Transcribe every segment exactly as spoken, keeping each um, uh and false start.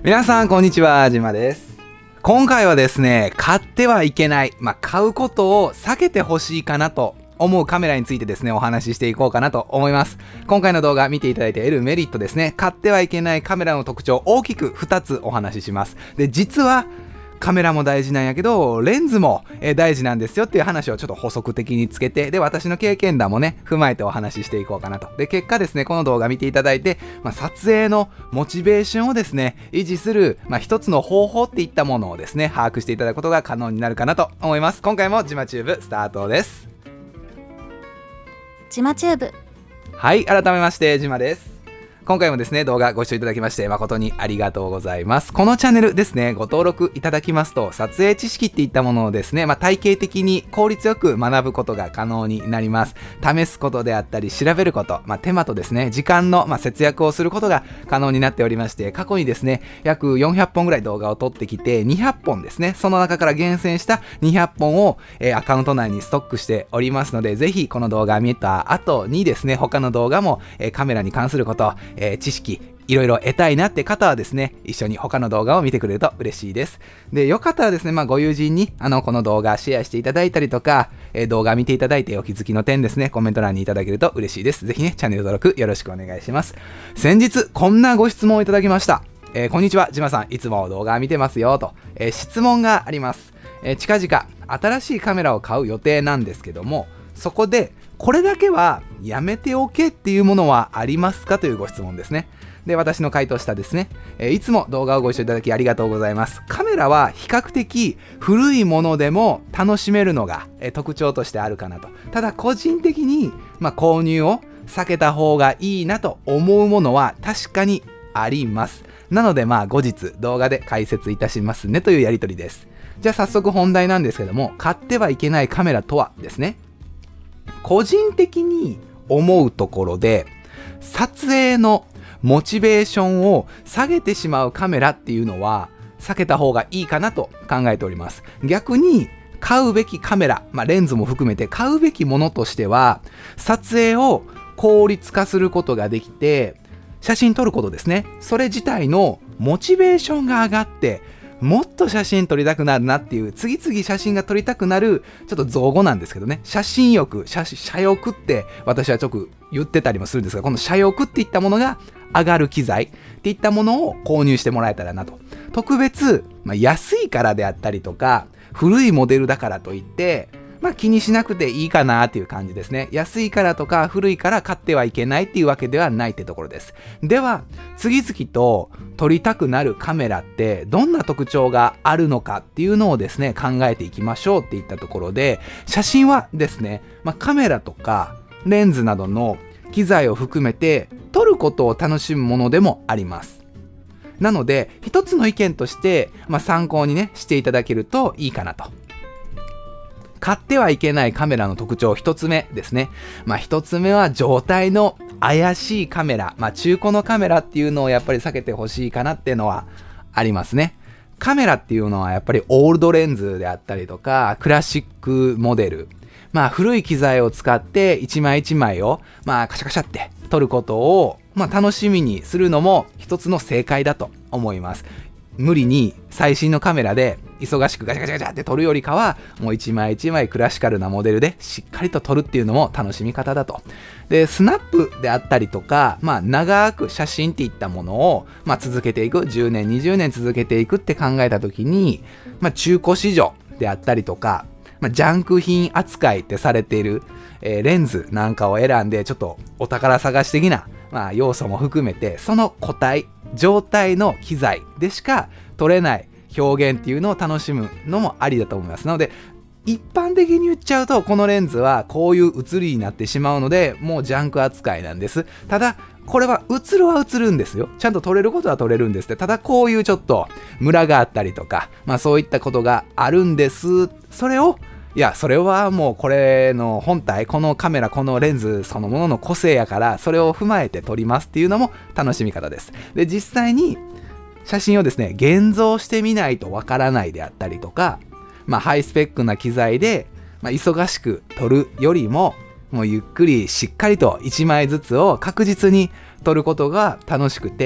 皆さんこんにちは、じまです。今回はですね、買ってはいけない、まあ、買うことを避けてほしいかなと思うカメラについてですね、お話ししていこうかなと思います。今回の動画見ていただいて得るメリットですね、買ってはいけないカメラの特徴、大きくふたつお話しします。で、実はカメラも大事なんやけど、レンズも大事なんですよっていう話をちょっと補足的につけて、で、私の経験談もね、踏まえてお話ししていこうかなと。で、結果ですね、この動画見ていただいて、まあ、撮影のモチベーションをですね、維持する、まあ、一つの方法っていったものをですね、把握していただくことが可能になるかなと思います。今回もジマチューブスタートです。 ジマチューブ。 はい、改めまして、ジマです。今回もですね、動画ご視聴いただきまして誠にありがとうございます。このチャンネルですね、ご登録いただきますと、撮影知識っていったものをですね、まあ、体系的に効率よく学ぶことが可能になります。試すことであったり、調べること、まあ、手間とですね、時間の、まあ、節約をすることが可能になっておりまして、過去にですね、約よんひゃっぽんぐらい動画を撮ってきて、にひゃっぽんですね、その中から厳選したにひゃっぽんを、えー、アカウント内にストックしておりますので、ぜひこの動画を見た後にですね、他の動画も、えー、カメラに関すること、えー、知識、いろいろ得たいなって方はですね、一緒に他の動画を見てくれると嬉しいです。で、よかったらですね、まあご友人にあのこの動画シェアしていただいたりとか、えー、動画見ていただいてお気づきの点ですね、コメント欄にいただけると嬉しいです。ぜひね、チャンネル登録よろしくお願いします。先日、こんなご質問をいただきました。えー、こんにちは、じまさん、いつも動画見てますよと、えー、質問があります。えー、近々、新しいカメラを買う予定なんですけども、そこで、これだけはやめておけっていうものはありますかというご質問ですね。で、私の回答したですね、えー、いつも動画をご視聴いただきありがとうございます。カメラは比較的古いものでも楽しめるのが、えー、特徴としてあるかなと。ただ個人的に、まあ、購入を避けた方がいいなと思うものは確かにあります。なのでまあ後日動画で解説いたしますねというやり取りです。じゃあ早速本題なんですけども、買ってはいけないカメラとはですね、個人的に思うところで、撮影のモチベーションを下げてしまうカメラっていうのは避けた方がいいかなと考えております。逆に買うべきカメラ、まあ、レンズも含めて買うべきものとしては、撮影を効率化することができて、写真撮ることですね。それ自体のモチベーションが上がって、もっと写真撮りたくなるなっていう、次々写真が撮りたくなる、ちょっと造語なんですけどね、写真欲、写写欲って私はちょっと言ってたりもするんですが、この写欲っていったものが上がる機材っていったものを購入してもらえたらなと。特別、まあ、安いからであったりとか、古いモデルだからといって、まあ気にしなくていいかなっていう感じですね。安いからとか古いから買ってはいけないっていうわけではないってところです。では、次々と撮りたくなるカメラってどんな特徴があるのかっていうのをですね、考えていきましょうっていったところで、写真はですね、まあ、カメラとかレンズなどの機材を含めて撮ることを楽しむものでもあります。なので、一つの意見として、まあ、参考にね、していただけるといいかなと。買ってはいけないカメラの特徴一つ目ですね。まあ一つ目は状態の怪しいカメラ。まあ中古のカメラっていうのをやっぱり避けてほしいかなっていうのはありますね。カメラっていうのはやっぱりオールドレンズであったりとか、クラシックモデル。まあ古い機材を使って一枚一枚をまあカシャカシャって撮ることをまあ楽しみにするのも一つの正解だと思います。無理に最新のカメラで忙しくガチャガチャガチャって撮るよりかは、もう一枚一枚クラシカルなモデルでしっかりと撮るっていうのも楽しみ方だと。で、スナップであったりとか、まあ長く写真っていったものを、まあ続けていく、じゅうねん、にじゅうねん続けていくって考えたときに、まあ中古市場であったりとか、まあ、ジャンク品扱いってされている、えー、レンズなんかを選んで、ちょっとお宝探し的な、まあ、要素も含めて、その個体、状態の機材でしか撮れない表現っていうのを楽しむのもありだと思います。なので、一般的に言っちゃうと、このレンズはこういう写りになってしまうので、もうジャンク扱いなんです。ただ、これは映るは映るんですよ。ちゃんと撮れることは撮れるんですって。ただこういうちょっとムラがあったりとか、まあそういったことがあるんです。それを、いや、それはもうこれの本体、このカメラ、このレンズそのものの個性やから、それを踏まえて撮りますっていうのも楽しみ方です。で、実際に写真をですね、現像してみないとわからないであったりとか、まあハイスペックな機材で、まあ、忙しく撮るよりも、もうゆっくりしっかりといちまいずつを確実に撮ることが楽しくて、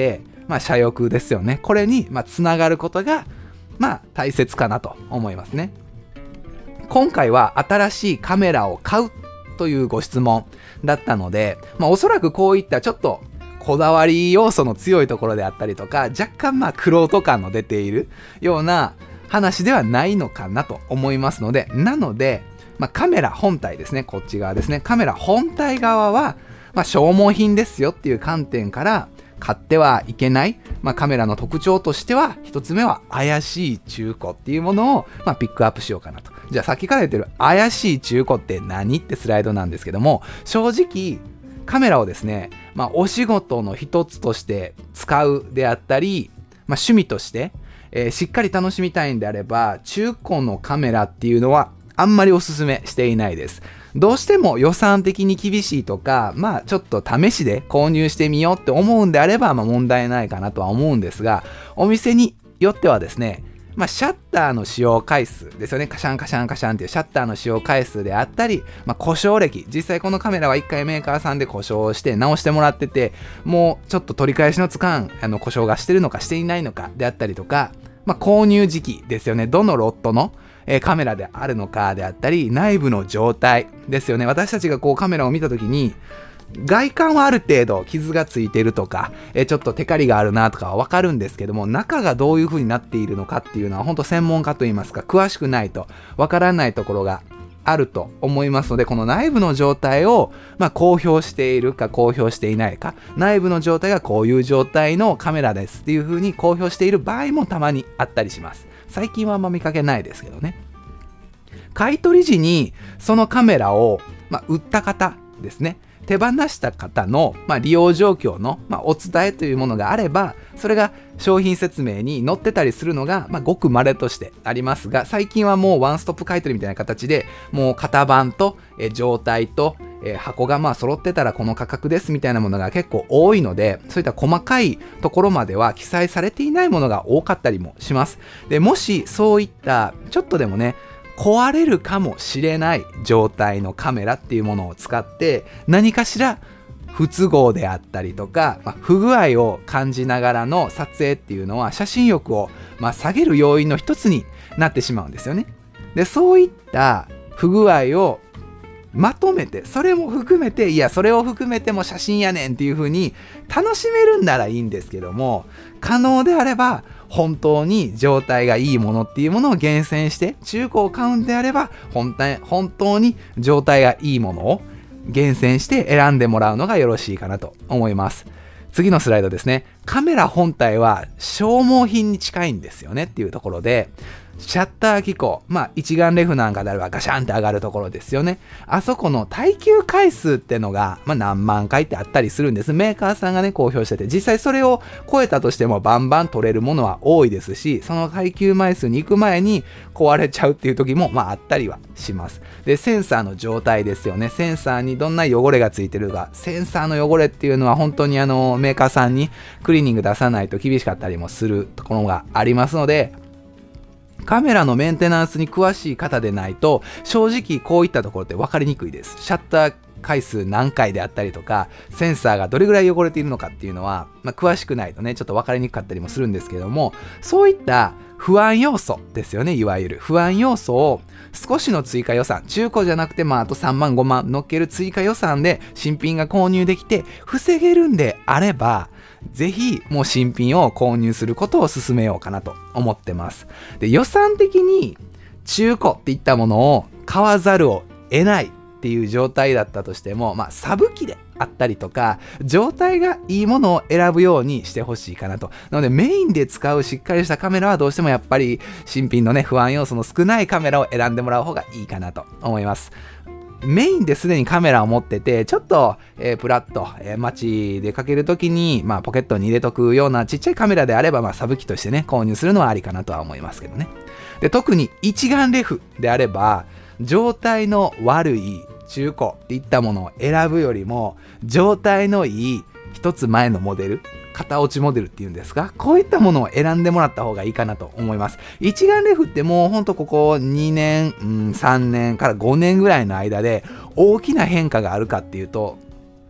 まあ、車翼ですよね。これに、まあ、つながることが、まあ、大切かなと思いますね。今回は新しいカメラを買うというご質問だったので、まあ、おそらくこういったちょっとこだわり要素の強いところであったりとか、若干まあ玄人感の出ているような話ではないのかなと思いますので、なので、まあ、カメラ本体ですね、こっち側ですね、カメラ本体側は、まあ、消耗品ですよっていう観点から買ってはいけない、まあ、カメラの特徴としては、一つ目は怪しい中古っていうものを、まあ、ピックアップしようかなと。じゃあさっきから言ってる怪しい中古って何ってスライドなんですけども、正直カメラをですね、まあ、お仕事の一つとして使うであったり、まあ、趣味として、えー、しっかり楽しみたいんであれば、中古のカメラっていうのはあんまりおすすめしていないです。どうしても予算的に厳しいとか、まあちょっと試しで購入してみようって思うんであれば、まあ問題ないかなとは思うんですが、お店によってはですね、まあ、シャッターの使用回数ですよね。カシャンカシャンカシャンっていうシャッターの使用回数であったり、まあ、故障歴。実際このカメラはいっかいメーカーさんで故障して直してもらってて、もうちょっと取り返しのつかんあの故障がしてるのかしていないのかであったりとか、まあ、購入時期ですよね。どのロットのカメラであるのかであったり、内部の状態ですよね。私たちがこうカメラを見たときに、外観はある程度傷がついてるとか、えちょっとテカリがあるなとかはわかるんですけども、中がどういう風になっているのかっていうのは本当専門家といいますか、詳しくないとわからないところがあると思いますので、この内部の状態を、まあ、公表しているか公表していないか、内部の状態がこういう状態のカメラですっていう風に公表している場合もたまにあったりします。最近はあんま見かけないですけどね。買い取り時にそのカメラを、まあ、売った方ですね、手放した方の、まあ、利用状況の、まあ、お伝えというものがあれば、それが商品説明に載ってたりするのが、まあ、ごく稀としてありますが、最近はもうワンストップ買い取りみたいな形で、もう型番とえ状態とえ箱がまあ揃ってたらこの価格ですみたいなものが結構多いので、そういった細かいところまでは記載されていないものが多かったりもします。で、もしそういったちょっとでもね、壊れるかもしれない状態のカメラっていうものを使って何かしら不都合であったりとか、まあ、不具合を感じながらの撮影っていうのは写真欲をまあ下げる要因の一つになってしまうんですよね。で、そういった不具合をまとめて、それも含めて、いやそれを含めても写真やねんっていう風に楽しめるんならいいんですけども、可能であれば本当に状態がいいものっていうものを厳選して、中古を買うんであれば本当に本当に状態がいいものを厳選して選んでもらうのがよろしいかなと思います。次のスライドですね。カメラ本体は消耗品に近いんですよねっていうところで、シャッター機構、まあ一眼レフなんかであればガシャンって上がるところですよね。あそこの耐久回数ってのが、まあ、何万回ってあったりするんです。メーカーさんがね公表してて、実際それを超えたとしてもバンバン取れるものは多いですし、その耐久枚数に行く前に壊れちゃうっていう時もまああったりはします。で、センサーの状態ですよね。センサーにどんな汚れがついてるか、センサーの汚れっていうのは本当にあのメーカーさんにクリーニング出さないと厳しかったりもするところがありますので、カメラのメンテナンスに詳しい方でないと正直こういったところって分かりにくいです。シャッター回数何回であったりとか、センサーがどれぐらい汚れているのかっていうのは、まあ、詳しくないとねちょっと分かりにくかったりもするんですけども、そういった不安要素ですよね。いわゆる不安要素を少しの追加予算、中古じゃなくてまああとさんまんごまん乗っける追加予算で新品が購入できて防げるんであれば、ぜひもう新品を購入することを勧めようかなと思ってます。で、予算的に中古っていったものを買わざるを得ないっていう状態だったとしても、まあサブ機であったりとか状態がいいものを選ぶようにしてほしいかなと。なのでメインで使うしっかりしたカメラはどうしてもやっぱり新品のね不安要素の少ないカメラを選んでもらう方がいいかなと思います。メインですでにカメラを持ってて、ちょっと、えー、プラッと、えー、街でかけるときに、まあ、ポケットに入れとくようなちっちゃいカメラであれば、まあ、サブ機としてね、購入するのはありかなとは思いますけどね。で、特に一眼レフであれば、状態の悪い中古っていったものを選ぶよりも、状態のいい一つ前のモデル、型落ちモデルっていうんですか、こういったものを選んでもらった方がいいかなと思います。一眼レフってもうほんとここにねん、うん、さんねんからごねんぐらいの間で大きな変化があるかっていうと、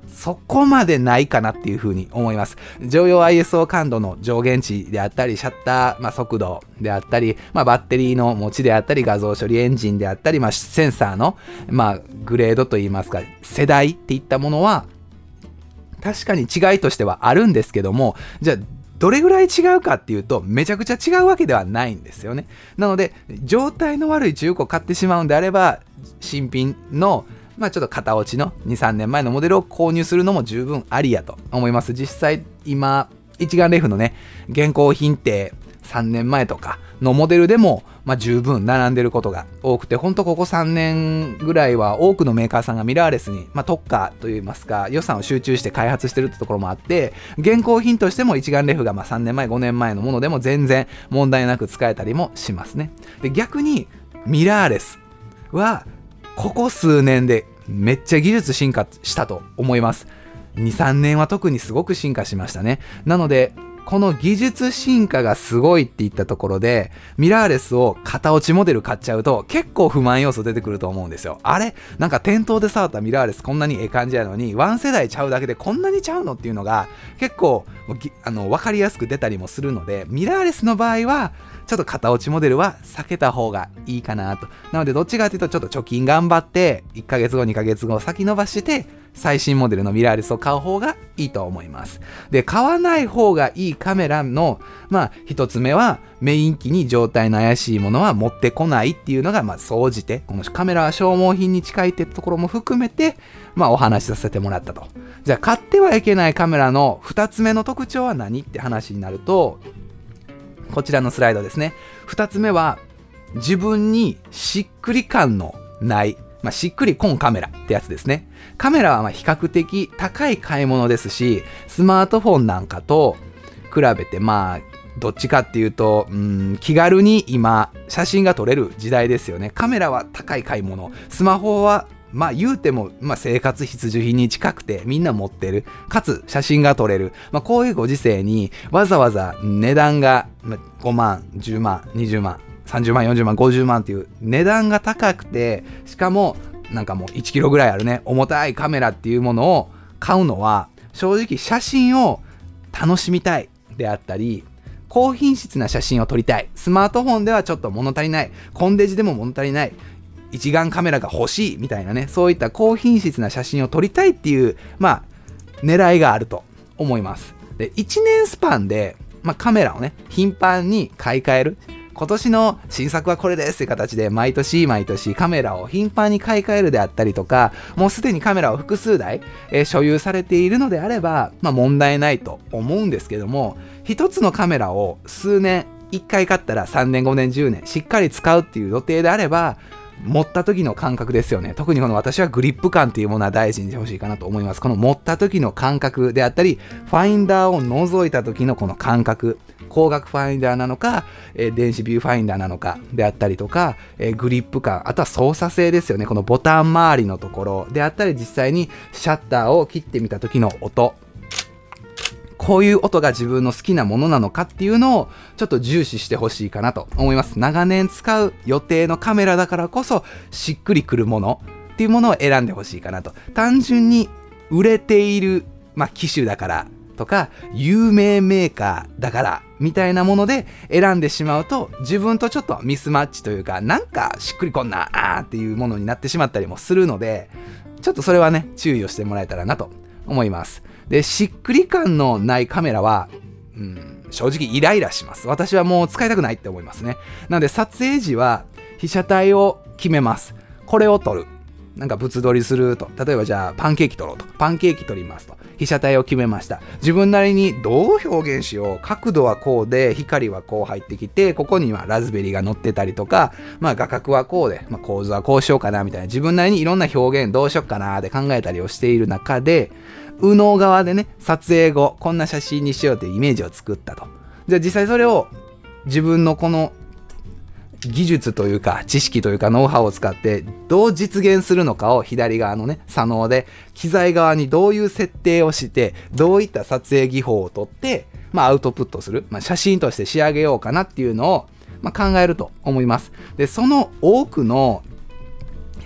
そこまでないかなっていうふうに思います。常用 アイエスオー 感度の上限値であったり、シャッター、まあ、速度であったり、まあ、バッテリーの持ちであったり、画像処理エンジンであったり、まあ、センサーの、まあ、グレードといいますか、世代っていったものは、確かに違いとしてはあるんですけども、じゃあ、どれぐらい違うかっていうと、めちゃくちゃ違うわけではないんですよね。なので、状態の悪い中古を買ってしまうんであれば、新品の、まあちょっと型落ちのに、さんねんまえのモデルを購入するのも十分ありやと思います。実際、今、一眼レフのね、現行品ってさんねんまえとかのモデルでも、まあ十分並んでることが多くて、ほんとここさんねんぐらいは多くのメーカーさんがミラーレスに、まあ、特化といいますか、予算を集中して開発してるってところもあって、現行品としても一眼レフがまあさんねんまえ、ごねんまえのものでも全然問題なく使えたりもしますね。で、逆にミラーレスは、ここ数年でめっちゃ技術進化したと思います。に、さんねんは特にすごく進化しましたね。なので、この技術進化がすごいっていったところで、ミラーレスを型落ちモデル買っちゃうと結構不満要素出てくると思うんですよ。あれなんか店頭で触ったミラーレスこんなにええ感じやのに、ワン世代ちゃうだけでこんなにちゃうのっていうのが結構あの分かりやすく出たりもするので、ミラーレスの場合はちょっと型落ちモデルは避けた方がいいかなと。なのでどっちかというとちょっと貯金頑張っていっかげつごにかげつご先延ばして最新モデルのミラーレスを買う方がいいと思います。で、買わない方がいいカメラの、まあ、一つ目は、メイン機に状態の怪しいものは持ってこないっていうのが、まあ、総じて、このカメラは消耗品に近いってところも含めて、まあ、お話しさせてもらったと。じゃあ、買ってはいけないカメラの二つ目の特徴は何って話になると、こちらのスライドですね。二つ目は、自分にしっくり感のない、まあ、しっくりこんカメラってやつですね。カメラはまあ比較的高い買い物ですし、スマートフォンなんかと比べてまあ、どっちかっていうと、うん、気軽に今、写真が撮れる時代ですよね。カメラは高い買い物。スマホはまあ言うても、まあ、生活必需品に近くてみんな持ってる。かつ写真が撮れる。まあこういうご時世にわざわざ値段がごまん、じゅうまん、にじゅうまん、さんじゅうまん、よんじゅうまん、ごじゅうまんっていう値段が高くて、しかもなんかもういちキロぐらいあるね、重たいカメラっていうものを買うのは、正直写真を楽しみたいであったり、高品質な写真を撮りたい。スマートフォンではちょっと物足りない。コンデジでも物足りない。一眼カメラが欲しいみたいなね、そういった高品質な写真を撮りたいっていう、まあ、狙いがあると思います。で、いちねんスパンで、まあ、カメラをね、頻繁に買い替える。今年の新作はこれですっていう形で毎年毎年カメラを頻繁に買い替えるであったりとか、もうすでにカメラを複数台、えー、所有されているのであれば、まあ問題ないと思うんですけども、一つのカメラを数年、一回買ったらさんねん、ごねん、じゅうねんしっかり使うっていう予定であれば、持った時の感覚ですよね。特にこの私はグリップ感っていうものは大事にしてほしいかなと思います。この持った時の感覚であったり、ファインダーを覗いた時のこの感覚、光学ファインダーなのか、えー、電子ビューファインダーなのかであったりとか、えー、グリップ感、あとは操作性ですよね。このボタン周りのところであったり、実際にシャッターを切ってみた時の音。こういう音が自分の好きなものなのかっていうのをちょっと重視してほしいかなと思います。長年使う予定のカメラだからこそしっくりくるものっていうものを選んでほしいかなと。単純に売れている、まあ、機種だからとか有名メーカーだからみたいなもので選んでしまうと自分とちょっとミスマッチというか、なんかしっくりこんなあーっていうものになってしまったりもするので、ちょっとそれはね注意をしてもらえたらなと思います。で、しっくり感のないカメラは、うん、正直イライラします。私はもう使いたくないって思いますね。なので撮影時は被写体を決めます。これを撮る。なんか物撮りすると。例えばじゃあパンケーキ撮ろうと。パンケーキ撮りますと。被写体を決めました。自分なりにどう表現しよう。角度はこうで、光はこう入ってきて、ここにはラズベリーが乗ってたりとか、まあ画角はこうで、まあ、構図はこうしようかなみたいな。自分なりにいろんな表現どうしようかなって考えたりをしている中で、右脳側でね、撮影後、こんな写真にしようというイメージを作ったと。じゃあ実際それを自分のこの技術というか知識というかノウハウを使ってどう実現するのかを左側のね、左脳で機材側にどういう設定をして、どういった撮影技法をとって、まあアウトプットする、まあ写真として仕上げようかなっていうのを、まあ、考えると思います。で、その多くの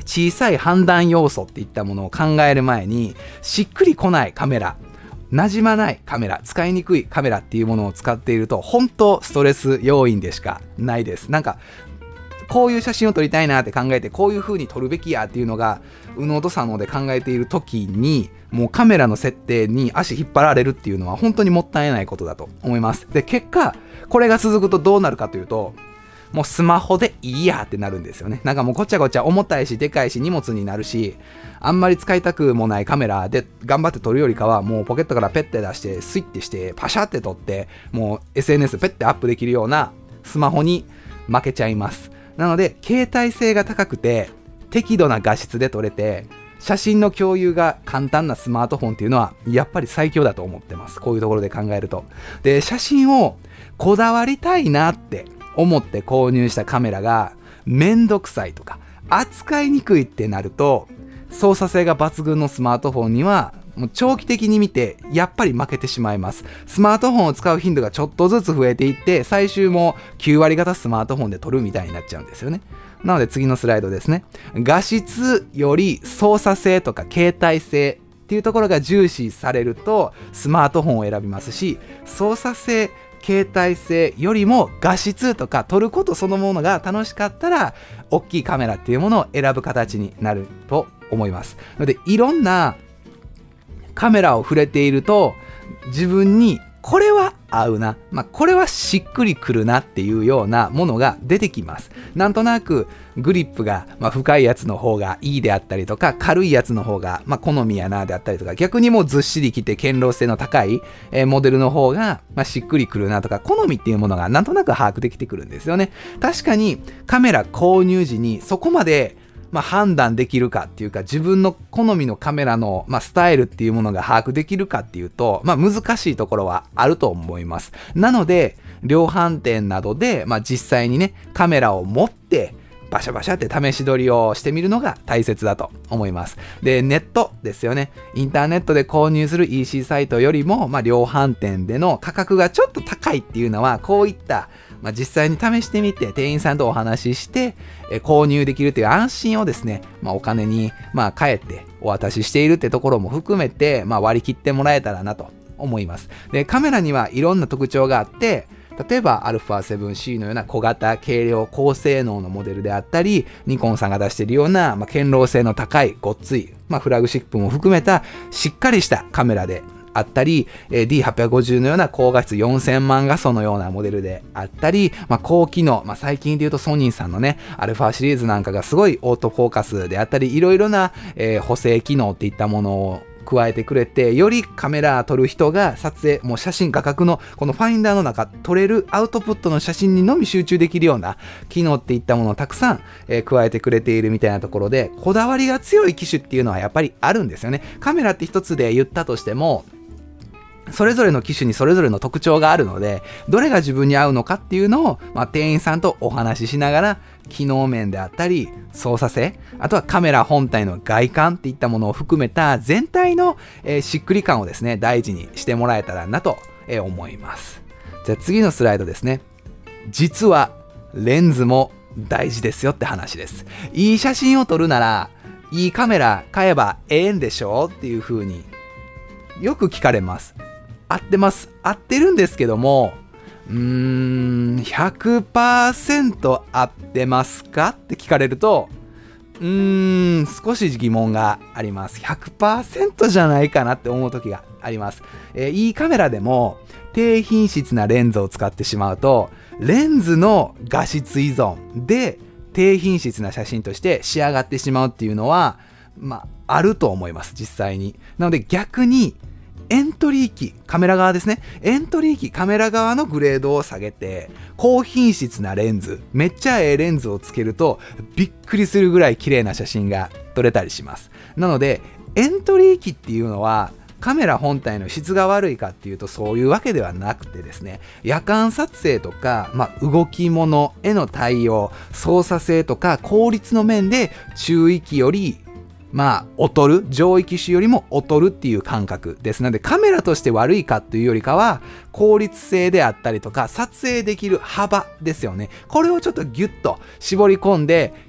小さい判断要素っていったものを考える前に、しっくりこないカメラ、馴染まないカメラ、使いにくいカメラっていうものを使っていると、本当ストレス要因でしかないです。なんかこういう写真を撮りたいなって考えて、こういう風に撮るべきやっていうのが右脳と左脳で考えている時に、もうカメラの設定に足引っ張られるっていうのは本当にもったいないことだと思います。で、結果これが続くとどうなるかというと、もうスマホでいいやってなるんですよね。なんかもうごちゃごちゃ重たいしでかいし荷物になるし、あんまり使いたくもないカメラで頑張って撮るよりかは、もうポケットからペッて出してスイッてしてパシャって撮って、もう エスエヌエス ペッてアップできるようなスマホに負けちゃいます。なので携帯性が高くて適度な画質で撮れて、写真の共有が簡単なスマートフォンっていうのはやっぱり最強だと思ってます。こういうところで考えると。で、写真をこだわりたいなって思って購入したカメラがめんどくさいとか扱いにくいってなると、操作性が抜群のスマートフォンにはもう長期的に見てやっぱり負けてしまいます。スマートフォンを使う頻度がちょっとずつ増えていって、最終もきゅうわり型スマートフォンで撮るみたいになっちゃうんですよね。なので次のスライドですね。画質より操作性とか携帯性っていうところが重視されるとスマートフォンを選びますし、操作性携帯性よりも画質とか撮ることそのものが楽しかったら、大きいカメラっていうものを選ぶ形になると思います。のでいろんなカメラを触れていると、自分にこれは合うな、まあ、これはしっくりくるなっていうようなものが出てきます。なんとなくグリップがまあ深いやつの方がいいであったりとか、軽いやつの方がまあ好みやなであったりとか、逆にもうずっしりきて堅牢性の高いモデルの方がまあしっくりくるなとか、好みっていうものがなんとなく把握できてくるんですよね。確かにカメラ購入時にそこまでまあ判断できるかっていうか、自分の好みのカメラのまあスタイルっていうものが把握できるかっていうと、まあ難しいところはあると思います。なので量販店などでまあ実際にねカメラを持ってバシャバシャって試し撮りをしてみるのが大切だと思います。で、ネットですよね。インターネットで購入する イーシー サイトよりもまあ量販店での価格がちょっと高いっていうのは、こういったまあ、実際に試してみて店員さんとお話ししてえ購入できるという安心をですね、まあ、お金にまあ返ってお渡ししているってところも含めて、まあ、割り切ってもらえたらなと思います。で、カメラにはいろんな特徴があって、例えば アルファセブンシー のような小型軽量高性能のモデルであったり、ニコンさんが出しているような、まあ、堅牢性の高いごっつい、まあ、フラグシップも含めたしっかりしたカメラであったり、ディーはっぴゃくごじゅう のような高画質よんせんまん画素のようなモデルであったり、まあ、高機能、まあ、最近で言うとソニーさんのねアルファシリーズなんかがすごいオートフォーカスであったり、いろいろな、えー、補正機能っていったものを加えてくれて、よりカメラ撮る人が撮影、もう写真画角のこのファインダーの中撮れるアウトプットの写真にのみ集中できるような機能っていったものをたくさん、えー、加えてくれているみたいなところで、こだわりが強い機種っていうのはやっぱりあるんですよね。カメラって一つで言ったとしても、それぞれの機種にそれぞれの特徴があるので、どれが自分に合うのかっていうのを、まあ、店員さんとお話ししながら、機能面であったり操作性、あとはカメラ本体の外観っていったものを含めた全体の、えー、しっくり感をですね大事にしてもらえたらなと、えー、思います。じゃあ次のスライドですね。実はレンズも大事ですよって話です。いい写真を撮るならいいカメラ買えばええんでしょっていう風によく聞かれます。合ってます。合ってるんですけども、うーん ひゃくパーセント 合ってますかって聞かれると、うーん少し疑問があります。 ひゃくパーセント じゃないかなって思う時があります。えー、いいカメラでも低品質なレンズを使ってしまうと、レンズの画質依存で低品質な写真として仕上がってしまうっていうのはまああると思います、実際に。なので逆にエントリー機、カメラ側ですね。エントリー機、カメラ側のグレードを下げて、高品質なレンズ、めっちゃええレンズをつけると、びっくりするぐらい綺麗な写真が撮れたりします。なので、エントリー機っていうのは、カメラ本体の質が悪いかっていうとそういうわけではなくてですね、夜間撮影とか、まあ、動き物への対応、操作性とか効率の面で中位機よりまあ、劣る、上位機種よりも劣るっていう感覚です。ので、カメラとして悪いかというよりかは、効率性であったりとか、撮影できる幅ですよね。これをちょっとギュッと絞り込んで、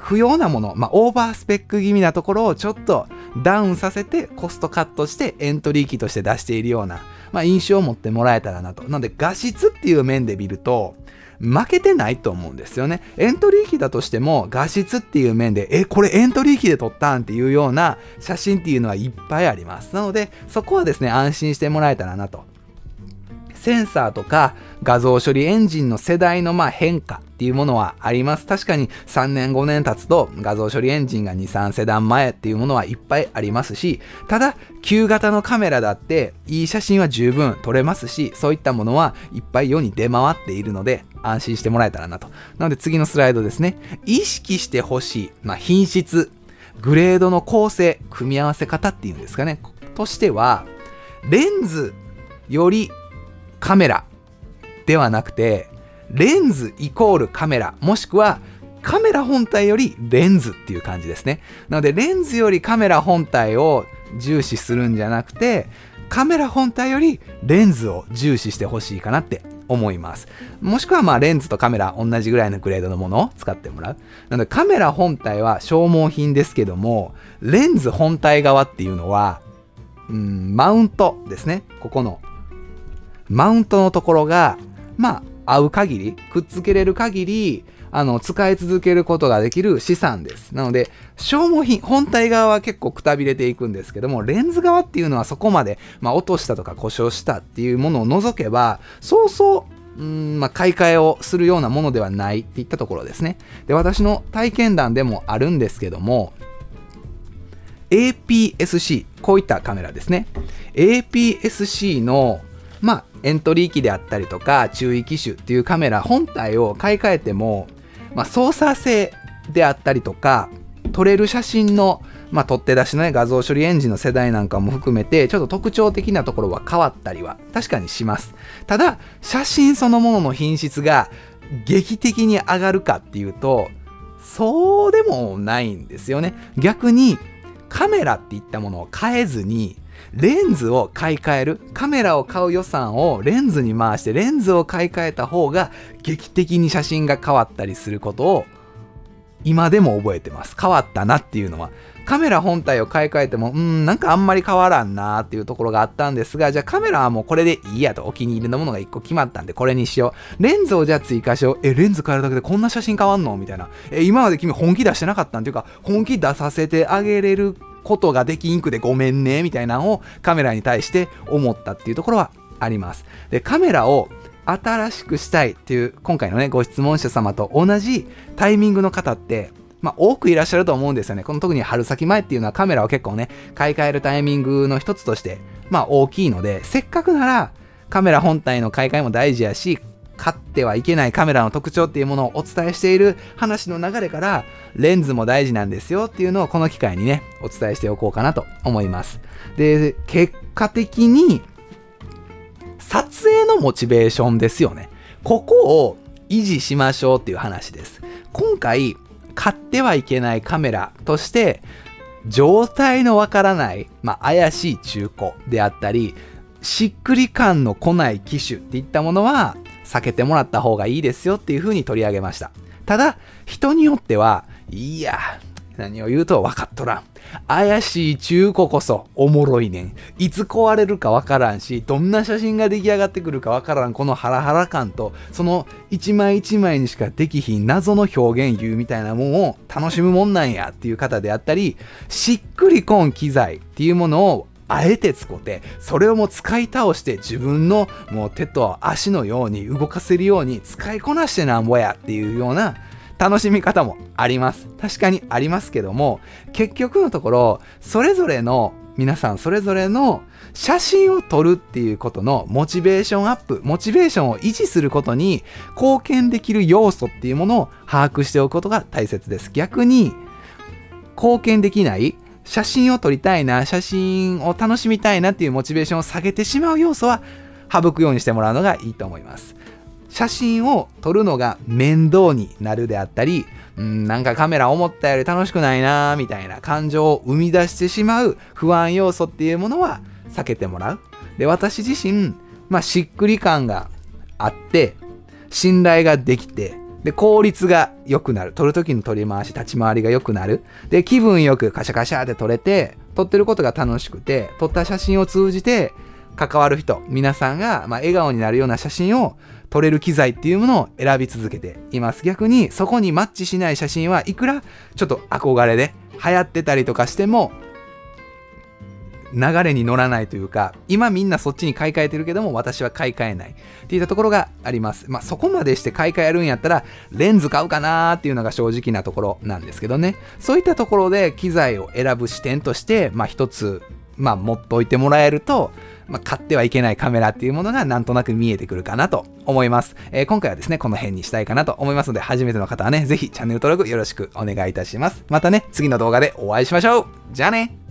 不要なもの、まあ、オーバースペック気味なところをちょっとダウンさせてコストカットしてエントリー機として出しているような、まあ、印象を持ってもらえたらなと。なので画質っていう面で見ると負けてないと思うんですよね。エントリー機だとしても画質っていう面でえこれエントリー機で撮ったんっていうような写真っていうのはいっぱいあります。なのでそこはですね安心してもらえたらなと。センサーとか画像処理エンジンの世代のまあ変化っていうものはあります。確かにさんねんごねん経つと画像処理エンジンがにさん世代前っていうものはいっぱいありますし、ただ旧型のカメラだっていい写真は十分撮れますし、そういったものはいっぱい世に出回っているので安心してもらえたらなと。なので次のスライドですね。意識してほしい、まあ、品質、グレードの構成、組み合わせ方っていうんですかね。としてはレンズよりカメラではなくて、レンズイコールカメラ、もしくはカメラ本体よりレンズっていう感じですね。なのでレンズよりカメラ本体を重視するんじゃなくて、カメラ本体よりレンズを重視してほしいかなって思います。もしくはまあレンズとカメラ同じぐらいのグレードのものを使ってもらう。なのでカメラ本体は消耗品ですけども、レンズ本体側っていうのは、うん、マウントですね。ここのマウントのところが、まあ、合う限り、くっつけれる限り、あの、使い続けることができる資産です。なので、消耗品、本体側は結構くたびれていくんですけども、レンズ側っていうのはそこまで、まあ、落としたとか故障したっていうものを除けば、そうそう、うーん、まあ、買い替えをするようなものではないっていったところですね。で、私の体験談でもあるんですけども、エーピーエスシー、こういったカメラですね。エーピーエスシー の、まあ、エントリー機であったりとか注意機種っていうカメラ本体を買い替えても、まあ、操作性であったりとか撮れる写真の、まあ、取って出しの、ね、画像処理エンジンの世代なんかも含めてちょっと特徴的なところは変わったりは確かにします。ただ写真そのものの品質が劇的に上がるかっていうとそうでもないんですよね。逆にカメラっていったものを変えずにレンズを買い替える、カメラを買う予算をレンズに回してレンズを買い替えた方が劇的に写真が変わったりすることを今でも覚えてます。変わったなっていうのは。カメラ本体を買い替えても、うーん、なんかあんまり変わらんなーっていうところがあったんですが、じゃあカメラはもうこれでいいやと、お気に入りのものがいっこ決まったんでこれにしよう。レンズをじゃあ追加しよう。え、レンズ変えるだけでこんな写真変わんのみたいな。え、今まで君本気出してなかったんっていうか、本気出させてあげれることができんくでごめんねみたいなのをカメラに対して思ったっていうところはあります。で、カメラを新しくしたいっていう今回のねご質問者様と同じタイミングの方ってまあ多くいらっしゃると思うんですよね。この特に春先前っていうのはカメラを結構ね買い替えるタイミングの一つとしてまあ大きいので、せっかくならカメラ本体の買い替えも大事やし、買ってはいけないカメラの特徴っていうものをお伝えしている話の流れからレンズも大事なんですよっていうのをこの機会にねお伝えしておこうかなと思います。で、結果的に撮影のモチベーションですよね。ここを維持しましょうっていう話です。今回買ってはいけないカメラとして状態のわからない、まあ、怪しい中古であったりしっくり感の来ない機種っていったものは避けてもらった方がいいですよっていう風に取り上げました。ただ人によってはいや何を言うと分かっとらん、怪しい中古こそおもろいねん、いつ壊れるか分からんしどんな写真が出来上がってくるか分からんこのハラハラ感とその一枚一枚にしかできひん謎の表現言うみたいなもんを楽しむもんなんやっていう方であったり、しっくりこん機材っていうものをあえて使ってそれをもう使い倒して自分のもう手と足のように動かせるように使いこなしてなんぼやっていうような楽しみ方もあります。確かにありますけども、結局のところそれぞれの皆さんそれぞれの写真を撮るっていうことのモチベーションアップ、モチベーションを維持することに貢献できる要素っていうものを把握しておくことが大切です。逆に貢献できない写真を撮りたいな、写真を楽しみたいなっていうモチベーションを下げてしまう要素は省くようにしてもらうのがいいと思います。写真を撮るのが面倒になるであったり、うん、なんかカメラ思ったより楽しくないなみたいな感情を生み出してしまう不安要素っていうものは避けてもらう。で、私自身、まあ、しっくり感があって信頼ができてで、効率が良くなる。撮る時の撮り回し、立ち回りが良くなる。で、気分よくカシャカシャって撮れて、撮ってることが楽しくて、撮った写真を通じて関わる人、皆さんがまあ笑顔になるような写真を撮れる機材っていうものを選び続けています。逆にそこにマッチしない写真はいくらちょっと憧れで流行ってたりとかしても、流れに乗らないというか、今みんなそっちに買い替えてるけども私は買い替えないっていったところがあります。まあそこまでして買い替えるんやったらレンズ買うかなーっていうのが正直なところなんですけどね。そういったところで機材を選ぶ視点としてまあ一つまあ持っておいてもらえると、まあ、買ってはいけないカメラっていうものがなんとなく見えてくるかなと思います。えー、今回はですねこの辺にしたいかなと思いますので、初めての方はねぜひチャンネル登録よろしくお願いいたします。またね次の動画でお会いしましょう。じゃあね。